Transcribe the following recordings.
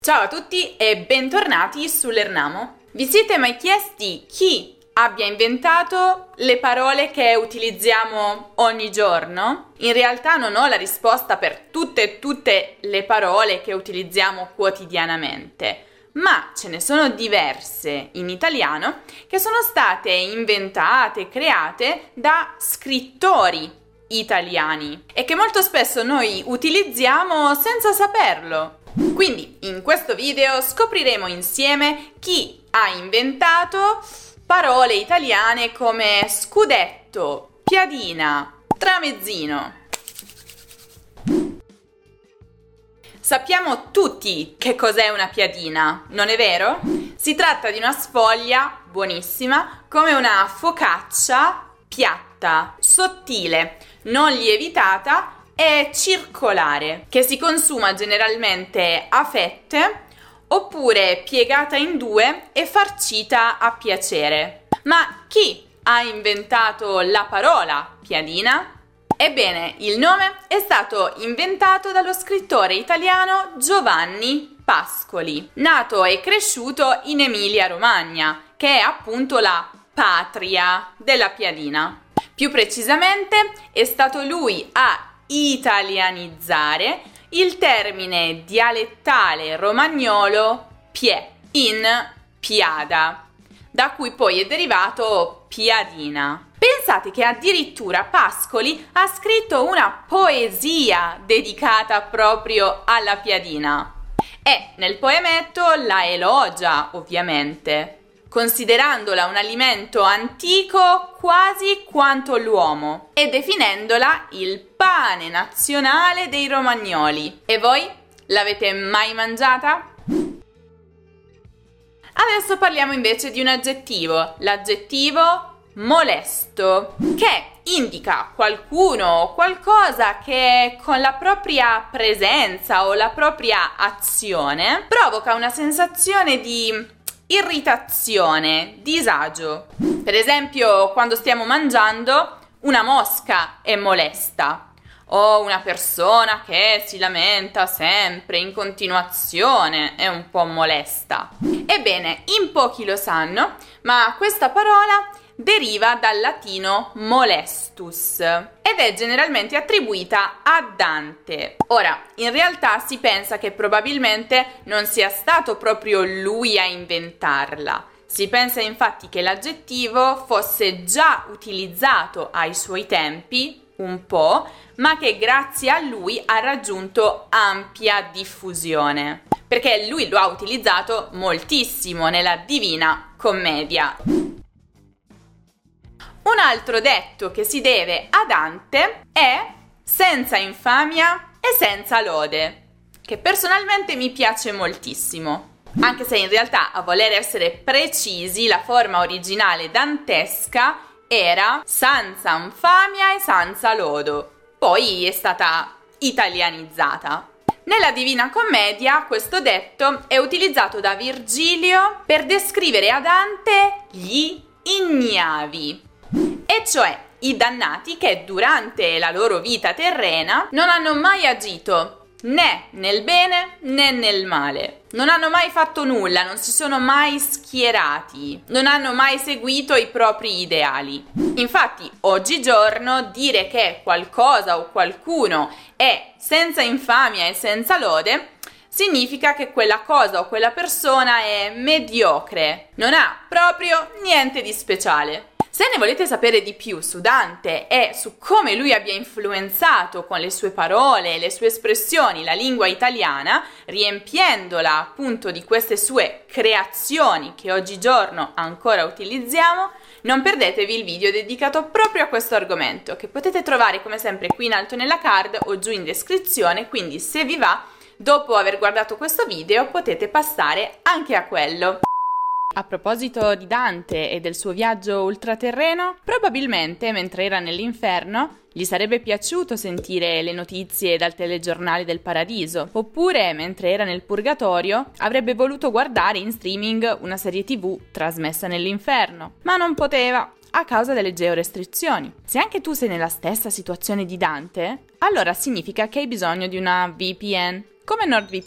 Ciao a tutti e bentornati su Lernamo. Vi siete mai chiesti chi abbia inventato le parole che utilizziamo ogni giorno? In realtà non ho la risposta per tutte le parole che utilizziamo quotidianamente, ma ce ne sono diverse in italiano che sono state inventate, create da scrittori italiani e che molto spesso noi utilizziamo senza saperlo. Quindi in questo video scopriremo insieme chi ha inventato parole italiane come scudetto, piadina, tramezzino. Sappiamo tutti che cos'è una piadina, non è vero? Si tratta di una sfoglia buonissima, come una focaccia piatta, sottile, non lievitata e circolare, che si consuma generalmente a fette oppure piegata in due e farcita a piacere. Ma chi ha inventato la parola piadina? Ebbene, il nome è stato inventato dallo scrittore italiano Giovanni Pascoli, nato e cresciuto in Emilia-Romagna, che è appunto la patria della piadina. Più precisamente è stato lui a italianizzare il termine dialettale romagnolo pie in piada, da cui poi è derivato piadina. Pensate che addirittura Pascoli ha scritto una poesia dedicata proprio alla piadina e nel poemetto la elogia, ovviamente, considerandola un alimento antico quasi quanto l'uomo e definendola il pane nazionale dei romagnoli. E voi l'avete mai mangiata? Adesso parliamo invece di un aggettivo, l'aggettivo molesto, che indica qualcuno o qualcosa che con la propria presenza o la propria azione provoca una sensazione di irritazione, disagio. Per esempio, quando stiamo mangiando, una mosca è molesta o una persona che si lamenta sempre in continuazione è un po' molesta. Ebbene, in pochi lo sanno, ma questa parola deriva dal latino molestus ed è generalmente attribuita a Dante. Ora, in realtà si pensa che probabilmente non sia stato proprio lui a inventarla. Si pensa infatti che l'aggettivo fosse già utilizzato ai suoi tempi, un po', ma che grazie a lui ha raggiunto ampia diffusione, perché lui lo ha utilizzato moltissimo nella Divina Commedia. Un altro detto che si deve a Dante è senza infamia e senza lode, che personalmente mi piace moltissimo, anche se in realtà, a voler essere precisi, la forma originale dantesca era senza infamia e senza lodo, poi è stata italianizzata. Nella Divina Commedia questo detto è utilizzato da Virgilio per descrivere a Dante gli ignavi, e cioè i dannati che durante la loro vita terrena non hanno mai agito né nel bene né nel male, non hanno mai fatto nulla, non si sono mai schierati, non hanno mai seguito i propri ideali. Infatti, oggigiorno dire che qualcosa o qualcuno è senza infamia e senza lode significa che quella cosa o quella persona è mediocre, non ha proprio niente di speciale. Se ne volete sapere di più su Dante e su come lui abbia influenzato con le sue parole e le sue espressioni la lingua italiana, riempiendola appunto di queste sue creazioni che oggigiorno ancora utilizziamo, non perdetevi il video dedicato proprio a questo argomento, che potete trovare come sempre qui in alto nella card o giù in descrizione, quindi se vi va, dopo aver guardato questo video potete passare anche a quello. A proposito di Dante e del suo viaggio ultraterreno, probabilmente mentre era nell'inferno gli sarebbe piaciuto sentire le notizie dal telegiornale del paradiso, oppure mentre era nel purgatorio avrebbe voluto guardare in streaming una serie TV trasmessa nell'inferno, ma non poteva a causa delle georestrizioni. Se anche tu sei nella stessa situazione di Dante, allora significa che hai bisogno di una VPN, come NordVPN.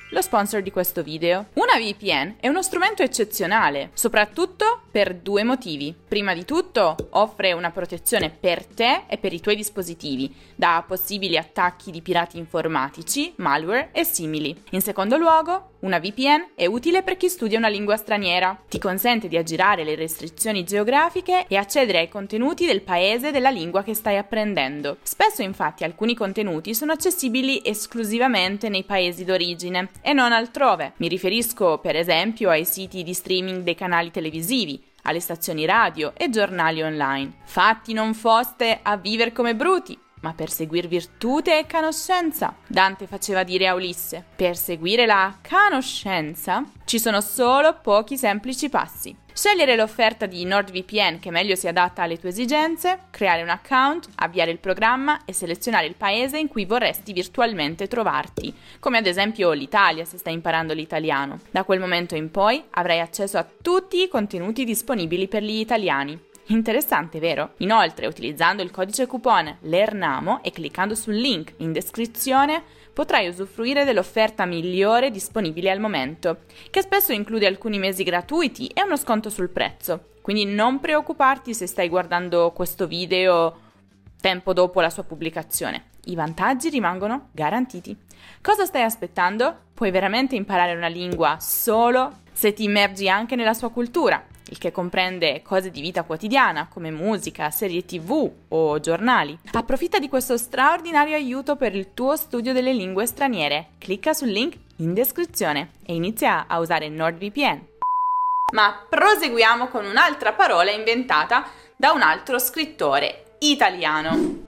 lo sponsor di questo video. Una VPN è uno strumento eccezionale, soprattutto per due motivi. Prima di tutto, offre una protezione per te e per i tuoi dispositivi da possibili attacchi di pirati informatici, malware e simili. In secondo luogo, una VPN è utile per chi studia una lingua straniera. Ti consente di aggirare le restrizioni geografiche e accedere ai contenuti del paese della lingua che stai apprendendo. Spesso, infatti, alcuni contenuti sono accessibili esclusivamente nei paesi d'origine e non altrove. Mi riferisco, per esempio, ai siti di streaming dei canali televisivi, alle stazioni radio e giornali online. Fatti non foste a viver come bruti, ma per seguir virtute e conoscenza. Dante faceva dire a Ulisse: per seguire la conoscenza ci sono solo pochi semplici passi. Scegliere l'offerta di NordVPN che meglio si adatta alle tue esigenze, creare un account, avviare il programma e selezionare il paese in cui vorresti virtualmente trovarti, come ad esempio l'Italia se stai imparando l'italiano. Da quel momento in poi avrai accesso a tutti i contenuti disponibili per gli italiani. Interessante, vero? Inoltre, utilizzando il codice coupon LERNAMO e cliccando sul link in descrizione, potrai usufruire dell'offerta migliore disponibile al momento, che spesso include alcuni mesi gratuiti e uno sconto sul prezzo. Quindi non preoccuparti se stai guardando questo video tempo dopo la sua pubblicazione. I vantaggi rimangono garantiti. Cosa stai aspettando? Puoi veramente imparare una lingua solo se ti immergi anche nella sua cultura, il che comprende cose di vita quotidiana come musica, serie TV o giornali. Approfitta di questo straordinario aiuto per il tuo studio delle lingue straniere. Clicca sul link in descrizione e inizia a usare NordVPN. Ma proseguiamo con un'altra parola inventata da un altro scrittore italiano.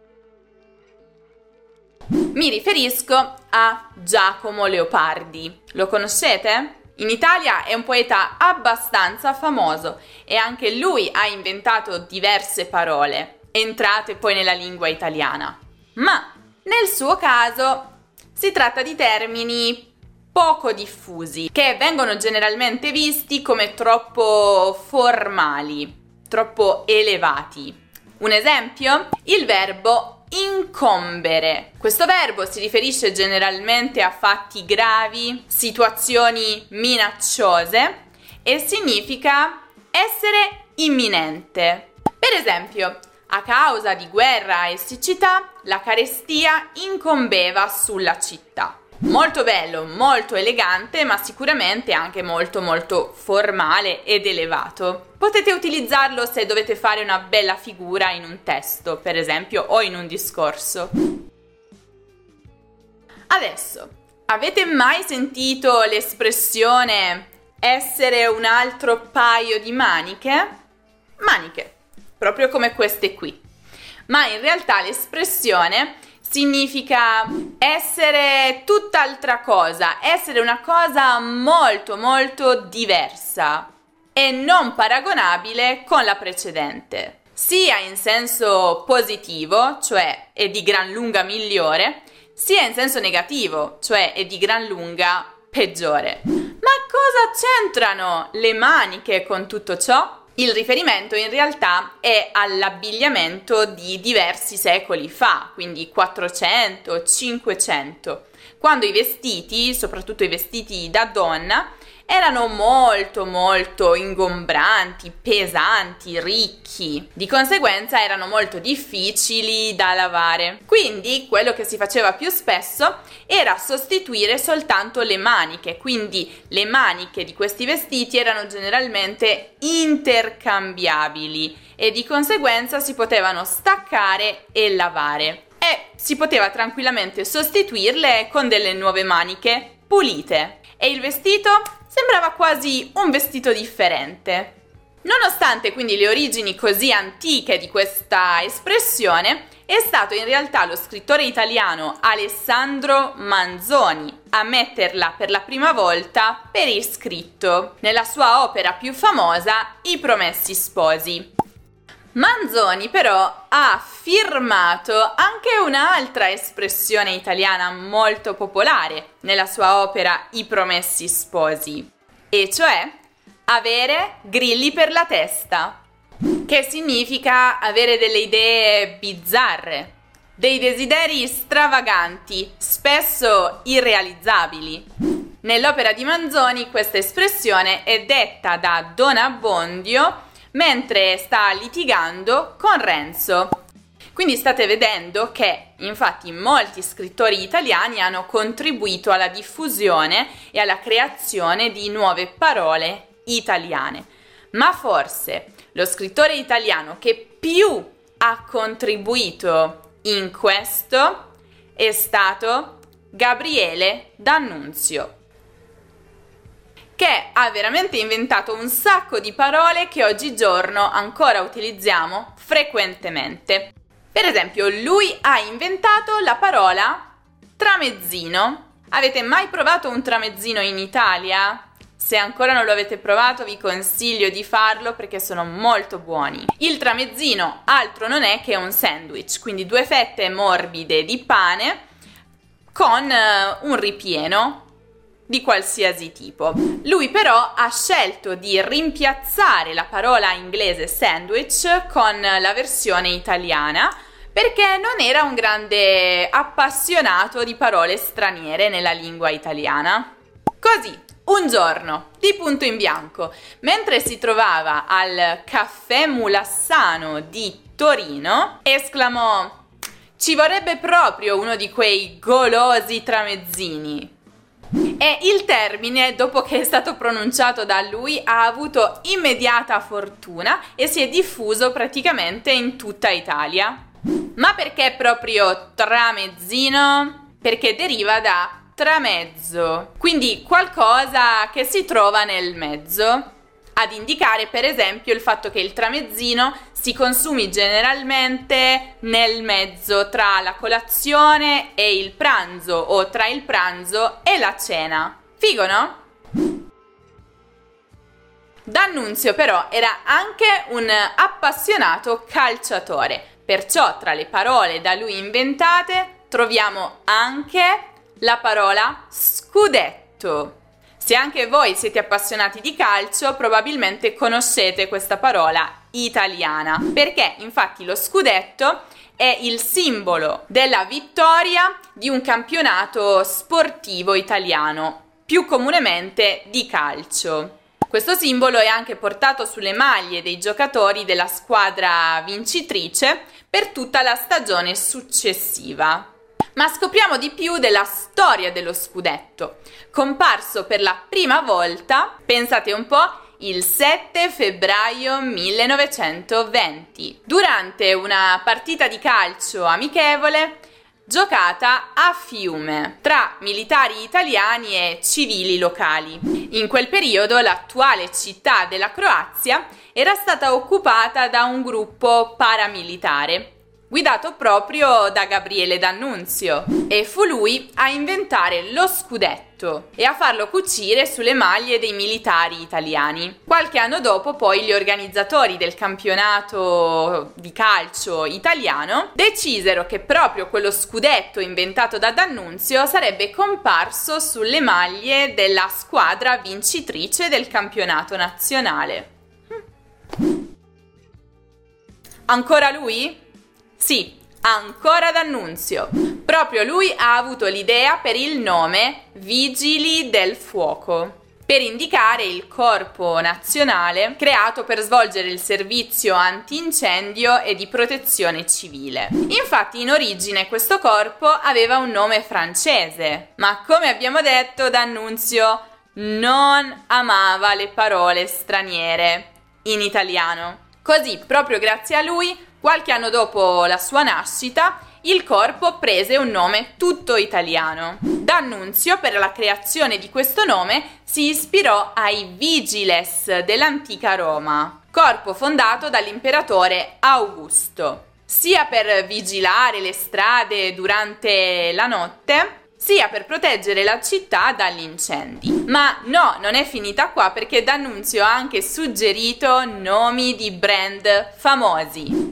Mi riferisco a Giacomo Leopardi. Lo conoscete? In Italia è un poeta abbastanza famoso e anche lui ha inventato diverse parole, entrate poi nella lingua italiana. Ma nel suo caso si tratta di termini poco diffusi, che vengono generalmente visti come troppo formali, troppo elevati. Un esempio? Il verbo incombere. Questo verbo si riferisce generalmente a fatti gravi, situazioni minacciose e significa essere imminente. Per esempio, a causa di guerra e siccità, la carestia incombeva sulla città. Molto bello, molto elegante, ma sicuramente anche molto formale ed elevato. Potete utilizzarlo se dovete fare una bella figura in un testo, per esempio, o in un discorso. Adesso, avete mai sentito l'espressione essere un altro paio di maniche? Maniche, proprio come queste qui. Ma in realtà l'espressione significa essere tutt'altra cosa, essere una cosa molto diversa e non paragonabile con la precedente, sia in senso positivo, cioè è di gran lunga migliore, sia in senso negativo, cioè è di gran lunga peggiore. Ma cosa c'entrano le maniche con tutto ciò? Il riferimento in realtà è all'abbigliamento di diversi secoli fa, quindi 400, 500, quando i vestiti, soprattutto i vestiti da donna, erano molto ingombranti, pesanti, ricchi. Di conseguenza erano molto difficili da lavare. Quindi quello che si faceva più spesso era sostituire soltanto le maniche. Quindi le maniche di questi vestiti erano generalmente intercambiabili e di conseguenza si potevano staccare e lavare. E si poteva tranquillamente sostituirle con delle nuove maniche pulite. E il vestito sembrava quasi un vestito differente. Nonostante quindi le origini così antiche di questa espressione, è stato in realtà lo scrittore italiano Alessandro Manzoni a metterla per la prima volta per iscritto nella sua opera più famosa, I Promessi Sposi. Manzoni però ha firmato anche un'altra espressione italiana molto popolare nella sua opera I Promessi Sposi, e cioè avere grilli per la testa, che significa avere delle idee bizzarre, dei desideri stravaganti, spesso irrealizzabili. Nell'opera di Manzoni questa espressione è detta da Don Abbondio mentre sta litigando con Renzo. Quindi state vedendo che infatti molti scrittori italiani hanno contribuito alla diffusione e alla creazione di nuove parole italiane. Ma forse lo scrittore italiano che più ha contribuito in questo è stato Gabriele D'Annunzio, che ha veramente inventato un sacco di parole che oggigiorno ancora utilizziamo frequentemente. Per esempio, lui ha inventato la parola tramezzino. Avete mai provato un tramezzino in Italia? Se ancora non lo avete provato, vi consiglio di farlo perché sono molto buoni. Il tramezzino altro non è che un sandwich, quindi 2 fette morbide di pane con un ripieno di qualsiasi tipo. Lui però ha scelto di rimpiazzare la parola inglese sandwich con la versione italiana perché non era un grande appassionato di parole straniere nella lingua italiana. Così, un giorno, di punto in bianco, mentre si trovava al Caffè Mulassano di Torino, esclamò: «Ci vorrebbe proprio uno di quei golosi tramezzini». E il termine, dopo che è stato pronunciato da lui, ha avuto immediata fortuna e si è diffuso praticamente in tutta Italia. Ma perché proprio tramezzino? Perché deriva da tramezzo, quindi qualcosa che si trova nel mezzo, ad indicare per esempio il fatto che il tramezzino si consumi generalmente nel mezzo tra la colazione e il pranzo o tra il pranzo e la cena. Figo, no? D'Annunzio però era anche un appassionato calciatore, perciò tra le parole da lui inventate troviamo anche la parola scudetto. Se anche voi siete appassionati di calcio, probabilmente conoscete questa parola italiana, perché infatti lo scudetto è il simbolo della vittoria di un campionato sportivo italiano, più comunemente di calcio. Questo simbolo è anche portato sulle maglie dei giocatori della squadra vincitrice per tutta la stagione successiva. Ma scopriamo di più della storia dello scudetto, comparso per la prima volta, pensate un po', il 7 febbraio 1920, durante una partita di calcio amichevole giocata a Fiume tra militari italiani e civili locali. In quel periodo l'attuale città della Croazia era stata occupata da un gruppo paramilitare guidato proprio da Gabriele D'Annunzio, e fu lui a inventare lo scudetto e a farlo cucire sulle maglie dei militari italiani. Qualche anno dopo poi gli organizzatori del campionato di calcio italiano decisero che proprio quello scudetto inventato da D'Annunzio sarebbe comparso sulle maglie della squadra vincitrice del campionato nazionale. Ancora lui? Sì, ancora D'Annunzio. Proprio lui ha avuto l'idea per il nome Vigili del Fuoco, per indicare il corpo nazionale creato per svolgere il servizio antincendio e di protezione civile. Infatti in origine questo corpo aveva un nome francese, ma come abbiamo detto D'Annunzio non amava le parole straniere in italiano. Così, proprio grazie a lui, qualche anno dopo la sua nascita, il corpo prese un nome tutto italiano. D'Annunzio, per la creazione di questo nome, si ispirò ai Vigiles dell'antica Roma, corpo fondato dall'imperatore Augusto, sia per vigilare le strade durante la notte, sia per proteggere la città dagli incendi. Ma no, non è finita qua, perché D'Annunzio ha anche suggerito nomi di brand famosi.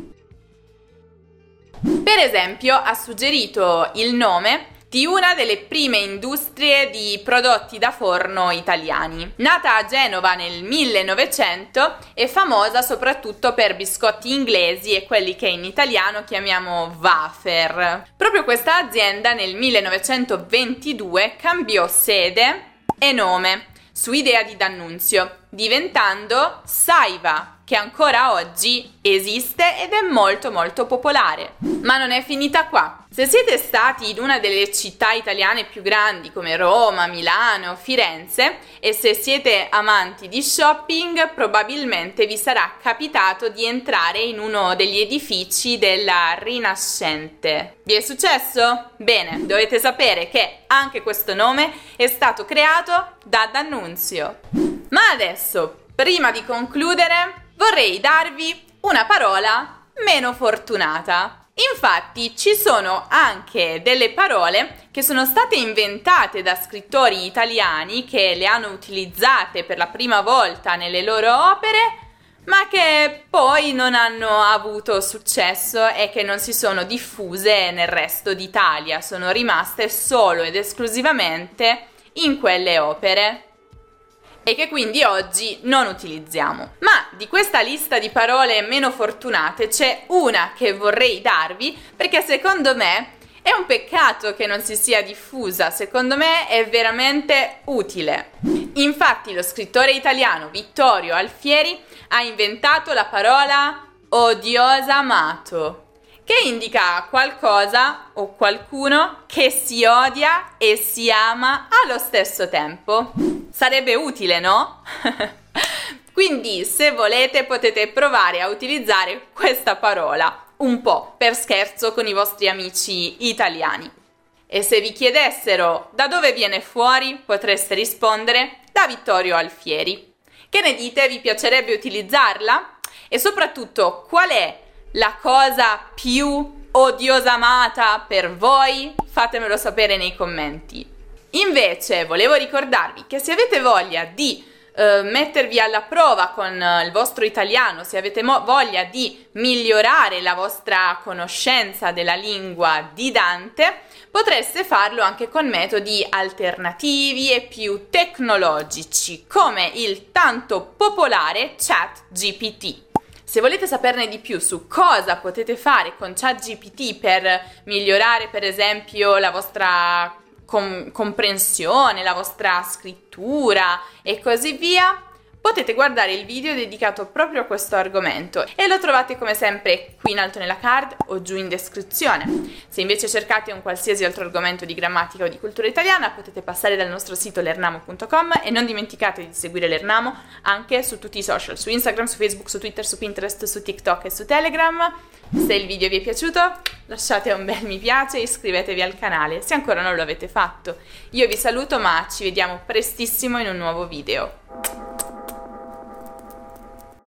Per esempio, ha suggerito il nome di una delle prime industrie di prodotti da forno italiani. Nata a Genova nel 1900, è famosa soprattutto per biscotti inglesi e quelli che in italiano chiamiamo wafer. Proprio questa azienda nel 1922 cambiò sede e nome su idea di D'Annunzio, diventando Saiva, che ancora oggi esiste ed è molto molto popolare. Ma non è finita qua. Se siete stati in una delle città italiane più grandi come Roma, Milano, Firenze e se siete amanti di shopping, probabilmente vi sarà capitato di entrare in uno degli edifici della Rinascente. Vi è successo? Bene, dovete sapere che anche questo nome è stato creato da D'Annunzio. Ma adesso, prima di concludere, vorrei darvi una parola meno fortunata. Infatti ci sono anche delle parole che sono state inventate da scrittori italiani che le hanno utilizzate per la prima volta nelle loro opere, ma che poi non hanno avuto successo e che non si sono diffuse nel resto d'Italia, sono rimaste solo ed esclusivamente in quelle opere e che quindi oggi non utilizziamo. Ma di questa lista di parole meno fortunate c'è una che vorrei darvi perché secondo me è un peccato che non si sia diffusa, secondo me è veramente utile. Infatti lo scrittore italiano Vittorio Alfieri ha inventato la parola odiosamato, che indica qualcosa o qualcuno che si odia e si ama allo stesso tempo. Sarebbe utile, no? Quindi, se volete, potete provare a utilizzare questa parola un po' per scherzo con i vostri amici italiani. E se vi chiedessero da dove viene fuori, potreste rispondere da Vittorio Alfieri. Che ne dite? Vi piacerebbe utilizzarla? E soprattutto, qual è la cosa più odiosamata per voi? Fatemelo sapere nei commenti. Invece volevo ricordarvi che se avete voglia di mettervi alla prova con il vostro italiano, se avete voglia di migliorare la vostra conoscenza della lingua di Dante, potreste farlo anche con metodi alternativi e più tecnologici, come il tanto popolare ChatGPT. Se volete saperne di più su cosa potete fare con ChatGPT per migliorare per esempio la vostra comprensione, la vostra scrittura e così via, potete guardare il video dedicato proprio a questo argomento e lo trovate come sempre qui in alto nella card o giù in descrizione. Se invece cercate un qualsiasi altro argomento di grammatica o di cultura italiana potete passare dal nostro sito lernamo.com e non dimenticate di seguire Lernamo anche su tutti i social, su Instagram, su Facebook, su Twitter, su Pinterest, su TikTok e su Telegram. Se il video vi è piaciuto lasciate un bel mi piace e iscrivetevi al canale se ancora non lo avete fatto. Io vi saluto ma ci vediamo prestissimo in un nuovo video.